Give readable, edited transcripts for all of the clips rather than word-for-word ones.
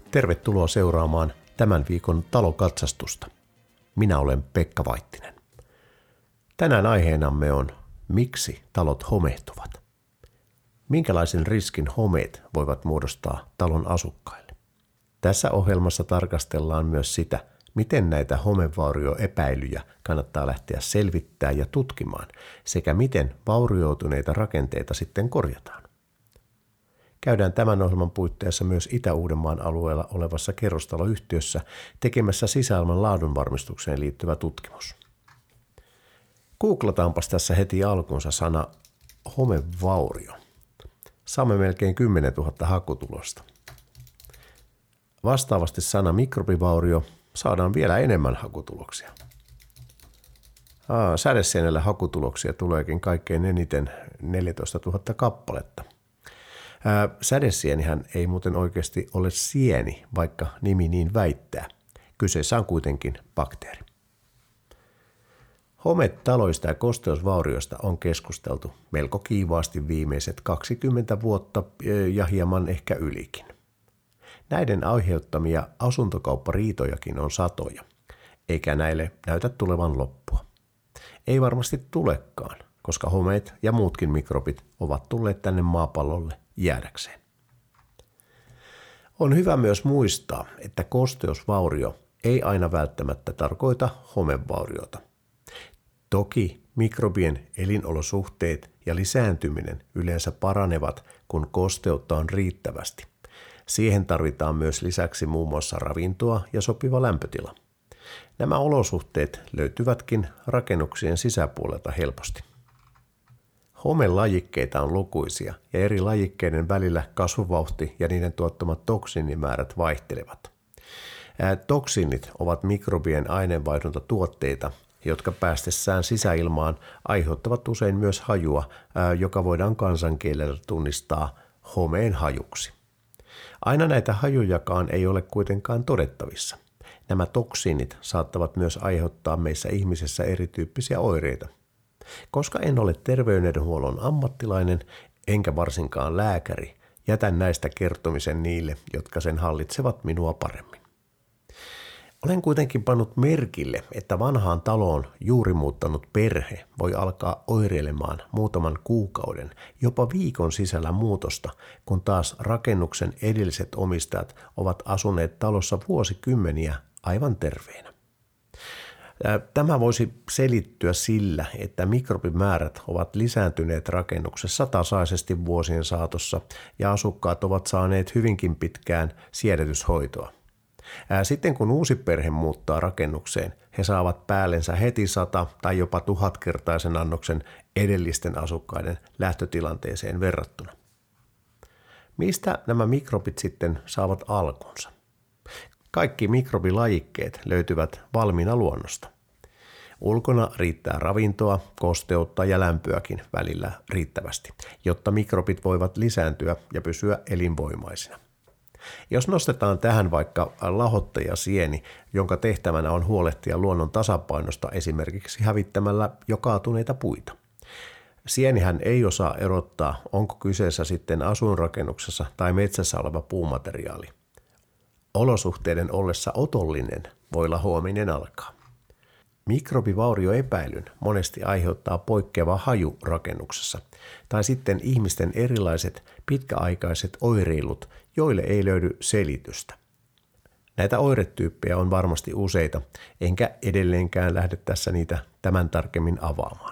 Tervetuloa seuraamaan tämän viikon talokatsastusta. Minä olen Pekka Vaittinen. Tänään aiheenamme on, miksi talot homehtuvat. Minkälaisen riskin homeet voivat muodostaa talon asukkaille. Tässä ohjelmassa tarkastellaan myös sitä, miten näitä homevaurioepäilyjä kannattaa lähteä selvittämään ja tutkimaan, sekä miten vaurioituneita rakenteita sitten korjataan. Käydään tämän ohjelman puitteissa myös Itä-Uudenmaan alueella olevassa kerrostaloyhtiössä tekemässä sisäilman laadunvarmistukseen liittyvä tutkimus. Googlataanpas tässä heti alkuunsa sana homevaurio. Saamme melkein 10 000 hakutulosta. Vastaavasti sana mikrobivaurio saadaan vielä enemmän hakutuloksia. Sädeseinällä hakutuloksia tuleekin kaikkein eniten 14 000 kappaletta. Sädesienihän ei muuten oikeasti ole sieni, vaikka nimi niin väittää. Kyseessä on kuitenkin bakteeri. Hometaloista ja kosteusvaurioista on keskusteltu melko kiivaasti viimeiset 20 vuotta ja hieman ehkä ylikin. Näiden aiheuttamia asuntokauppariitojakin on satoja, eikä näille näytä tulevan loppua. Ei varmasti tulekaan, koska homeet ja muutkin mikrobit ovat tulleet tänne maapallolle jäädäkseen. On hyvä myös muistaa, että kosteusvaurio ei aina välttämättä tarkoita homevauriota. Toki mikrobien elinolosuhteet ja lisääntyminen yleensä paranevat, kun kosteutta on riittävästi. Siihen tarvitaan myös lisäksi muun muassa ravintoa ja sopiva lämpötila. Nämä olosuhteet löytyvätkin rakennuksien sisäpuolelta helposti. Homelajikkeita on lukuisia ja eri lajikkeiden välillä kasvuvauhti ja niiden tuottamat toksiinimäärät vaihtelevat. Toksiinit ovat mikrobien aineenvaihduntatuotteita, jotka päästessään sisäilmaan aiheuttavat usein myös hajua, joka voidaan kansankielellä tunnistaa homeen hajuksi. Aina näitä hajujakaan ei ole kuitenkaan todettavissa. Nämä toksiinit saattavat myös aiheuttaa meissä ihmisissä erityyppisiä oireita. Koska en ole terveydenhuollon ammattilainen, enkä varsinkaan lääkäri, jätän näistä kertomisen niille, jotka sen hallitsevat minua paremmin. Olen kuitenkin pannut merkille, että vanhaan taloon juuri muuttanut perhe voi alkaa oireilemaan muutaman kuukauden, jopa viikon sisällä muutosta, kun taas rakennuksen edelliset omistajat ovat asuneet talossa vuosikymmeniä aivan terveenä. Tämä voisi selittyä sillä, että mikrobimäärät ovat lisääntyneet rakennuksessa tasaisesti vuosien saatossa ja asukkaat ovat saaneet hyvinkin pitkään siedätyshoitoa. Sitten kun uusi perhe muuttaa rakennukseen, he saavat päällensä heti 100 tai jopa 1000-kertaisen annoksen edellisten asukkaiden lähtötilanteeseen verrattuna. Mistä nämä mikrobit sitten saavat alkunsa? Kaikki mikrobilajikkeet löytyvät valmiina luonnosta. Ulkona riittää ravintoa, kosteutta ja lämpöäkin välillä riittävästi, jotta mikrobit voivat lisääntyä ja pysyä elinvoimaisina. Jos nostetaan tähän vaikka lahottajasieni, jonka tehtävänä on huolehtia luonnon tasapainosta esimerkiksi hävittämällä jo kaatuneita puita. Sienihän ei osaa erottaa, onko kyseessä sitten asuinrakennuksessa tai metsässä oleva puumateriaali. Olosuhteiden ollessa otollinen voi lahoaminen alkaa. Mikrobivaurioepäilyn monesti aiheuttaa poikkeava haju rakennuksessa, tai sitten ihmisten erilaiset pitkäaikaiset oireilut, joille ei löydy selitystä. Näitä oiretyyppejä on varmasti useita, enkä edelleenkään lähde tässä niitä tämän tarkemmin avaamaan.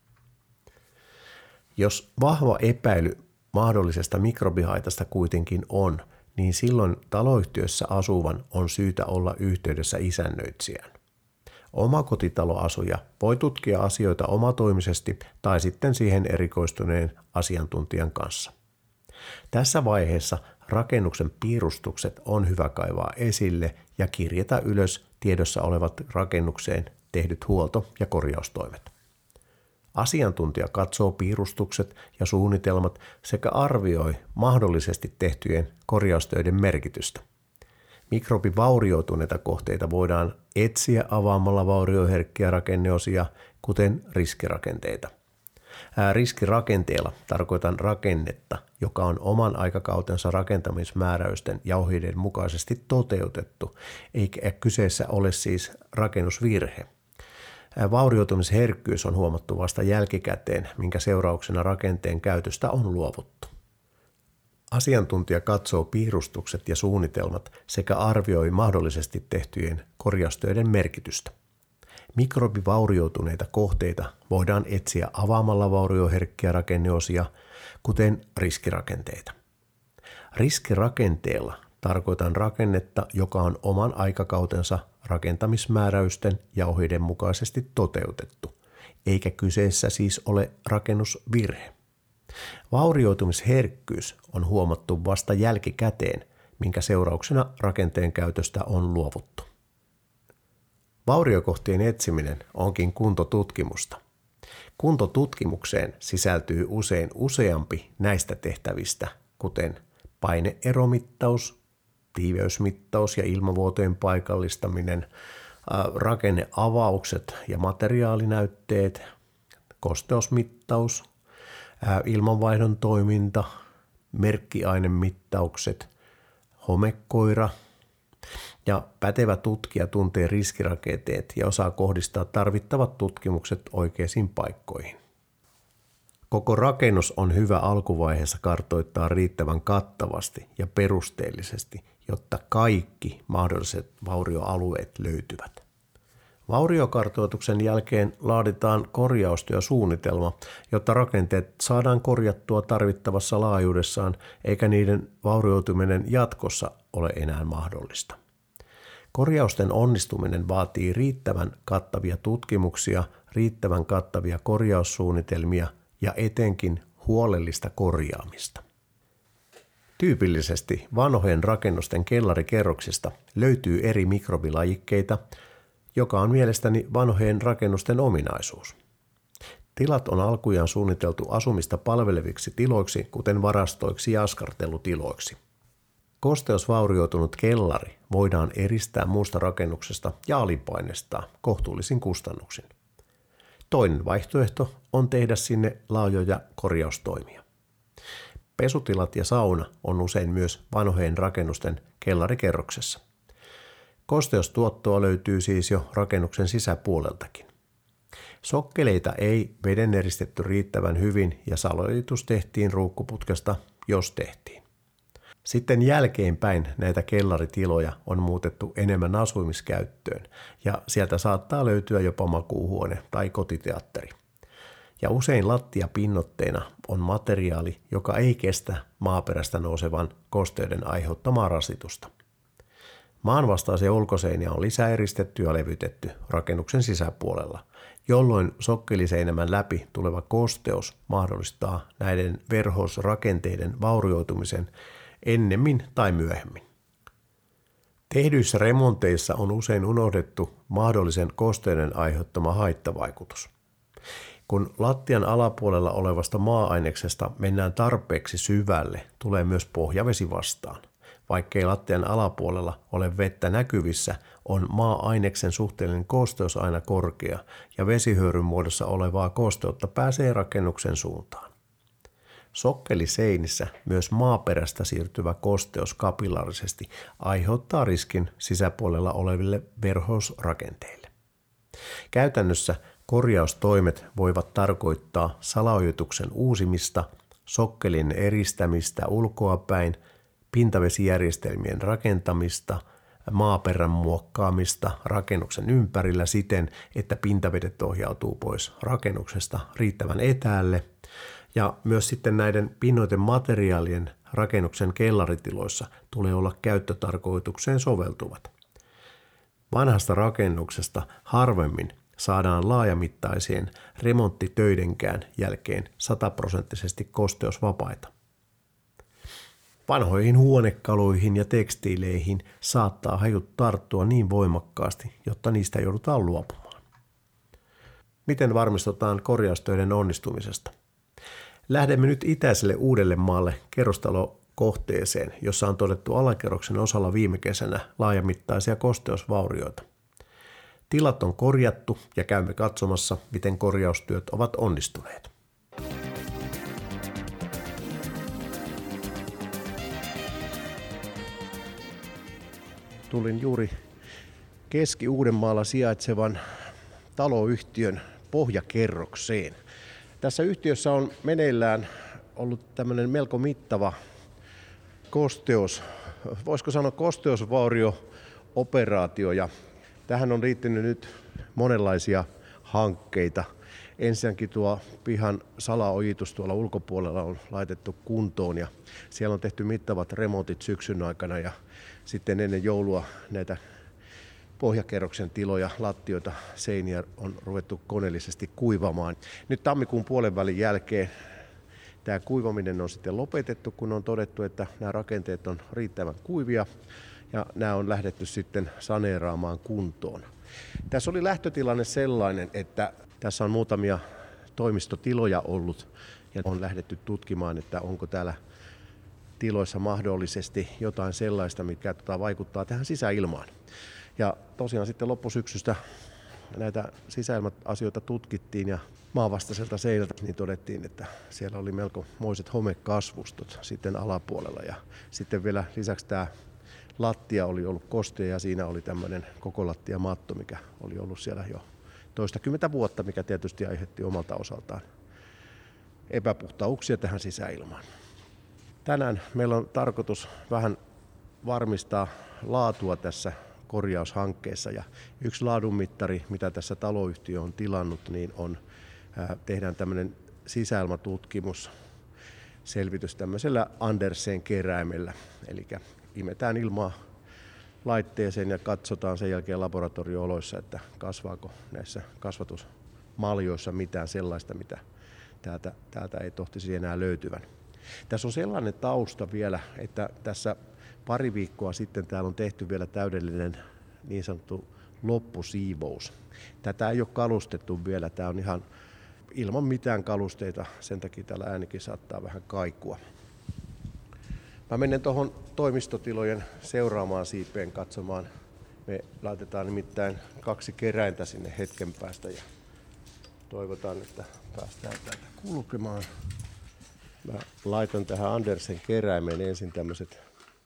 Jos vahva epäily mahdollisesta mikrobihaitasta kuitenkin on, niin silloin taloyhtiössä asuvan on syytä olla yhteydessä isännöitsijään. Omakotitaloasuja voi tutkia asioita omatoimisesti tai sitten siihen erikoistuneen asiantuntijan kanssa. Tässä vaiheessa rakennuksen piirustukset on hyvä kaivaa esille ja kirjata ylös tiedossa olevat rakennukseen tehdyt huolto- ja korjaustoimet. Asiantuntija katsoo piirustukset ja suunnitelmat sekä arvioi mahdollisesti tehtyjen korjaustöiden merkitystä. Mikrobivaurioituneita kohteita voidaan etsiä avaamalla vaurioherkkiä rakenneosia, kuten riskirakenteita. Riskirakenteella tarkoitan rakennetta, joka on oman aikakautensa rakentamismääräysten ja ohjeiden mukaisesti toteutettu, eikä kyseessä ole siis rakennusvirhe. Vaurioitumisherkkyys on huomattu vasta jälkikäteen, minkä seurauksena rakenteen käytöstä on luovuttu. Asiantuntija katsoo piirustukset ja suunnitelmat sekä arvioi mahdollisesti tehtyjen korjaustöiden merkitystä. Mikrobivaurioituneita kohteita voidaan etsiä avaamalla vaurioherkkiä rakenneosia, kuten riskirakenteita. Riskirakenteella tarkoitan rakennetta, joka on oman aikakautensa rakentamismääräysten ja ohjeiden mukaisesti toteutettu, eikä kyseessä siis ole rakennusvirhe. Vaurioitumisherkkyys on huomattu vasta jälkikäteen, minkä seurauksena rakenteen käytöstä on luovuttu. Vauriokohtien etsiminen onkin kuntotutkimusta. Kuntotutkimukseen sisältyy usein useampi näistä tehtävistä, kuten paineeromittaus, tiiveysmittaus ja ilmavuotojen paikallistaminen, rakenneavaukset ja materiaalinäytteet, kosteusmittaus, ilmanvaihdon toiminta, merkkiainemittaukset, homekoira ja pätevä tutkija tuntee riskirakenteet ja osaa kohdistaa tarvittavat tutkimukset oikeisiin paikkoihin. Koko rakennus on hyvä alkuvaiheessa kartoittaa riittävän kattavasti ja perusteellisesti, jotta kaikki mahdolliset vaurioalueet löytyvät. Vauriokartoituksen jälkeen laaditaan korjaustyösuunnitelma, jotta rakenteet saadaan korjattua tarvittavassa laajuudessaan eikä niiden vaurioituminen jatkossa ole enää mahdollista. Korjausten onnistuminen vaatii riittävän kattavia tutkimuksia, riittävän kattavia korjaussuunnitelmia ja etenkin huolellista korjaamista. Tyypillisesti vanhojen rakennusten kellarikerroksista löytyy eri mikrobilajikkeita, joka on mielestäni vanhojen rakennusten ominaisuus. Tilat on alkujaan suunniteltu asumista palveleviksi tiloiksi, kuten varastoiksi ja askartelutiloiksi. Kosteusvaurioitunut kellari voidaan eristää muusta rakennuksesta ja alipainestaa kohtuullisin kustannuksin. Toinen vaihtoehto on tehdä sinne laajoja korjaustoimia. Pesutilat ja sauna on usein myös vanhojen rakennusten kellarikerroksessa. Kosteustuottoa löytyy siis jo rakennuksen sisäpuoleltakin. Sokkeleita ei veden eristetty riittävän hyvin ja salojitus tehtiin ruukkuputkesta, jos tehtiin. Sitten jälkeenpäin näitä kellaritiloja on muutettu enemmän asumiskäyttöön ja sieltä saattaa löytyä jopa makuuhuone tai kotiteatteri. Ja usein lattiapinnotteena on materiaali, joka ei kestä maaperästä nousevan kosteuden aiheuttamaa rasitusta. Maanvastaisia ulkoseiniä on lisäeristetty ja levytetty rakennuksen sisäpuolella, jolloin sokkeliseinämän läpi tuleva kosteus mahdollistaa näiden verhousrakenteiden vaurioitumisen ennemmin tai myöhemmin. Tehdyissä remonteissa on usein unohdettu mahdollisen kosteuden aiheuttama haittavaikutus. Kun lattian alapuolella olevasta maa-aineksesta mennään tarpeeksi syvälle, tulee myös pohjavesi vastaan. Vaikkei lattian alapuolella ole vettä näkyvissä, on maa-aineksen suhteellinen kosteus aina korkea ja vesihyöryn muodossa olevaa kosteutta pääsee rakennuksen suuntaan. Sokkeliseinissä myös maaperästä siirtyvä kosteus kapillaarisesti aiheuttaa riskin sisäpuolella oleville verhousrakenteille. Käytännössä korjaustoimet voivat tarkoittaa salaojituksen uusimista, sokkelin eristämistä ulkoapäin, pintavesijärjestelmien rakentamista, maaperän muokkaamista rakennuksen ympärillä siten, että pintavedet ohjautuu pois rakennuksesta riittävän etäälle, ja myös sitten näiden pinnoiten materiaalien rakennuksen kellaritiloissa tulee olla käyttötarkoitukseen soveltuvat. Vanhasta rakennuksesta harvemmin saadaan laajamittaisien remonttitöidenkään jälkeen 100% kosteusvapaita. Vanhoihin huonekaluihin ja tekstiileihin saattaa hajut tarttua niin voimakkaasti, jotta niistä joudutaan luopumaan. Miten varmistutaan korjaustöiden onnistumisesta? Lähdemme nyt itäiselle Uudellemaalle kerrostalokohteeseen, jossa on todettu alakerroksen osalla viime kesänä laajamittaisia kosteusvaurioita. Tilat on korjattu ja käymme katsomassa, miten korjaustyöt ovat onnistuneet. tulin juuri Keski-Uudenmaalla sijaitsevan taloyhtiön pohjakerrokseen. Tässä yhtiössä on meneillään ollut tämmöinen melko mittava voisiko sanoa kosteusvaurio-operaatio, ja tähän on liittynyt nyt monenlaisia hankkeita. Ensinnäkin tuo pihan salaojitus tuolla ulkopuolella on laitettu kuntoon ja siellä on tehty mittavat remontit syksyn aikana ja sitten ennen joulua näitä pohjakerroksen tiloja, lattioita, seiniä on ruvettu koneellisesti kuivamaan. Nyt tammikuun puolenvälin jälkeen tämä kuivaminen on sitten lopetettu, kun on todettu, että nämä rakenteet on riittävän kuivia ja nämä on lähdetty sitten saneeraamaan kuntoon. Tässä oli lähtötilanne sellainen, että tässä on muutamia toimistotiloja ollut ja on lähdetty tutkimaan, että onko täällä tiloissa mahdollisesti jotain sellaista, mikä vaikuttaa tähän sisäilmaan. Ja tosiaan sitten loppusyksystä näitä sisäilma-asioita tutkittiin ja maavastaiselta seinältä niin todettiin, että siellä oli melkomoiset homekasvustot sitten alapuolella ja sitten vielä lisäksi tämä lattia oli ollut kostea ja siinä oli tämmöinen koko lattiamatto, mikä oli ollut siellä jo toistakymmentä vuotta, mikä tietysti aiheutti omalta osaltaan epäpuhtauksia tähän sisäilmaan. Tänään meillä on tarkoitus vähän varmistaa laatua tässä korjaushankkeessa ja yksi laadunmittari, mitä tässä taloyhtiö on tilannut, niin tehdään tämmöinen sisäilmatutkimus, selvitys tämmöisellä Andersen keräimellä, eli imetään ilmaa laitteeseen ja katsotaan sen jälkeen laboratorio-oloissa, että kasvaako näissä kasvatusmaljoissa mitään sellaista, mitä täältä ei tohtisi enää löytyvän. Tässä on sellainen tausta vielä, että tässä pari viikkoa sitten täällä on tehty vielä täydellinen niin sanottu loppusiivous. Tätä ei ole kalustettu vielä, tämä on ihan ilman mitään kalusteita, sen takia täällä äänikin saattaa vähän kaikua. Mä menen tuohon toimistotilojen seuraamaan siipeen katsomaan. Me laitetaan nimittäin 2 keräintä sinne hetken päästä ja toivotaan, että päästään täältä kulkemaan. Mä laitan tähän Andersen keräimeen ensin tämmöiset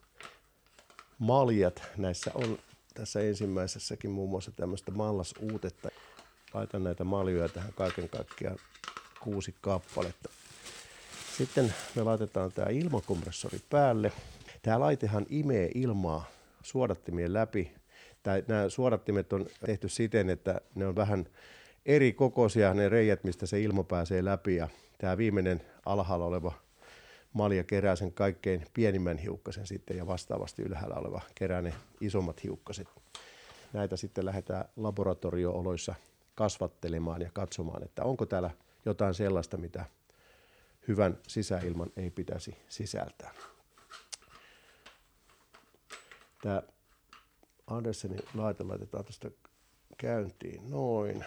maljat. Näissä on tässä ensimmäisessäkin muun muassa tämmöistä mallasuutetta. Laitan näitä maljoja tähän kaiken kaikkiaan 6 kappaletta. Sitten me laitetaan tämä ilmakompressori päälle. Tämä laitehan imee ilmaa suodattimien läpi. Nämä suodattimet on tehty siten, että ne on vähän eri kokoisia ne reijät, mistä se ilma pääsee läpi. Ja tämä viimeinen alhaalla oleva malja kerää sen kaikkein pienimmän hiukkasen sitten ja vastaavasti ylhäällä oleva kerää ne isommat hiukkaset. Näitä sitten lähdetään laboratorio-oloissa kasvattelemaan ja katsomaan, että onko täällä jotain sellaista, mitä hyvän sisäilman ei pitäisi sisältää. Tämä Andersenin laite laitetaan tästä käyntiin noin.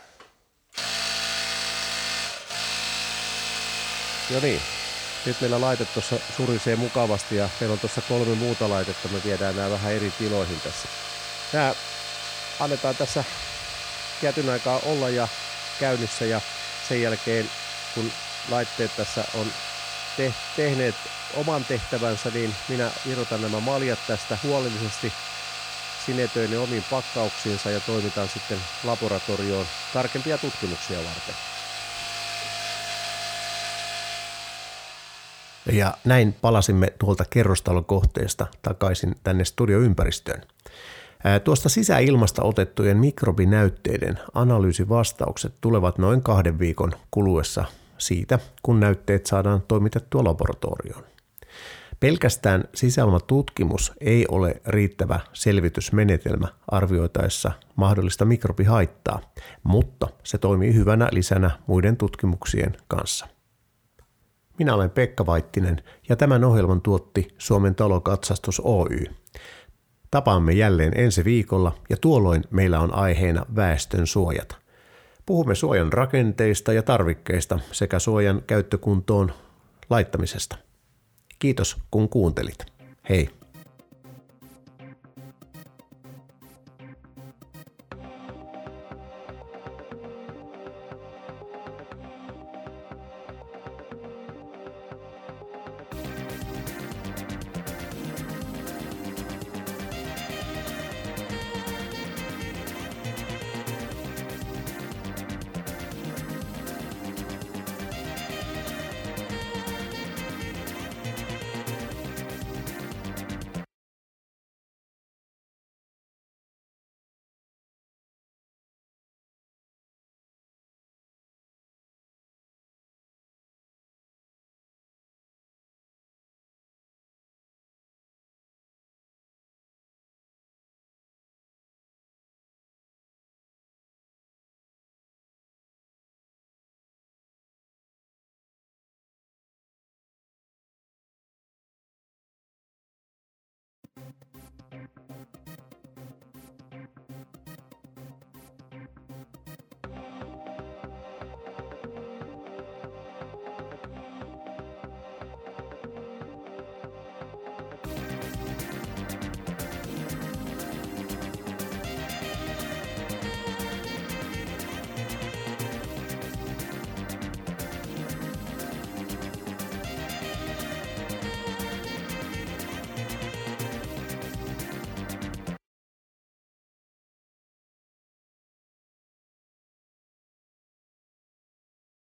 No niin, nyt meillä laite tuossa surisee mukavasti ja meillä on tuossa 3 muuta laitetta, me viedään nämä vähän eri tiloihin tässä. Nämä annetaan tässä tietyn aikaa olla ja käynnissä ja sen jälkeen kun laitteet tässä on tehneet oman tehtävänsä, niin minä irrotan nämä maljat tästä huolellisesti, sinetöin ne omiin pakkauksiinsa ja toimitan sitten laboratorioon tarkempia tutkimuksia varten. Ja näin palasimme tuolta kerrostalokohteesta takaisin tänne studioympäristöön. Tuosta sisäilmasta otettujen mikrobinäytteiden analyysivastaukset tulevat noin 2 viikon kuluessa siitä, kun näytteet saadaan toimitettua laboratorioon. Pelkästään sisäilmatutkimus ei ole riittävä selvitysmenetelmä arvioitaessa mahdollista mikrobihaittaa, mutta se toimii hyvänä lisänä muiden tutkimuksien kanssa. Minä olen Pekka Vaittinen ja tämän ohjelman tuotti Suomen Talokatsastus Oy. Tapaamme jälleen ensi viikolla ja tuolloin meillä on aiheena väestön suojat. Puhumme suojan rakenteista ja tarvikkeista sekä suojan käyttökuntoon laittamisesta. Kiitos kun kuuntelit. Hei!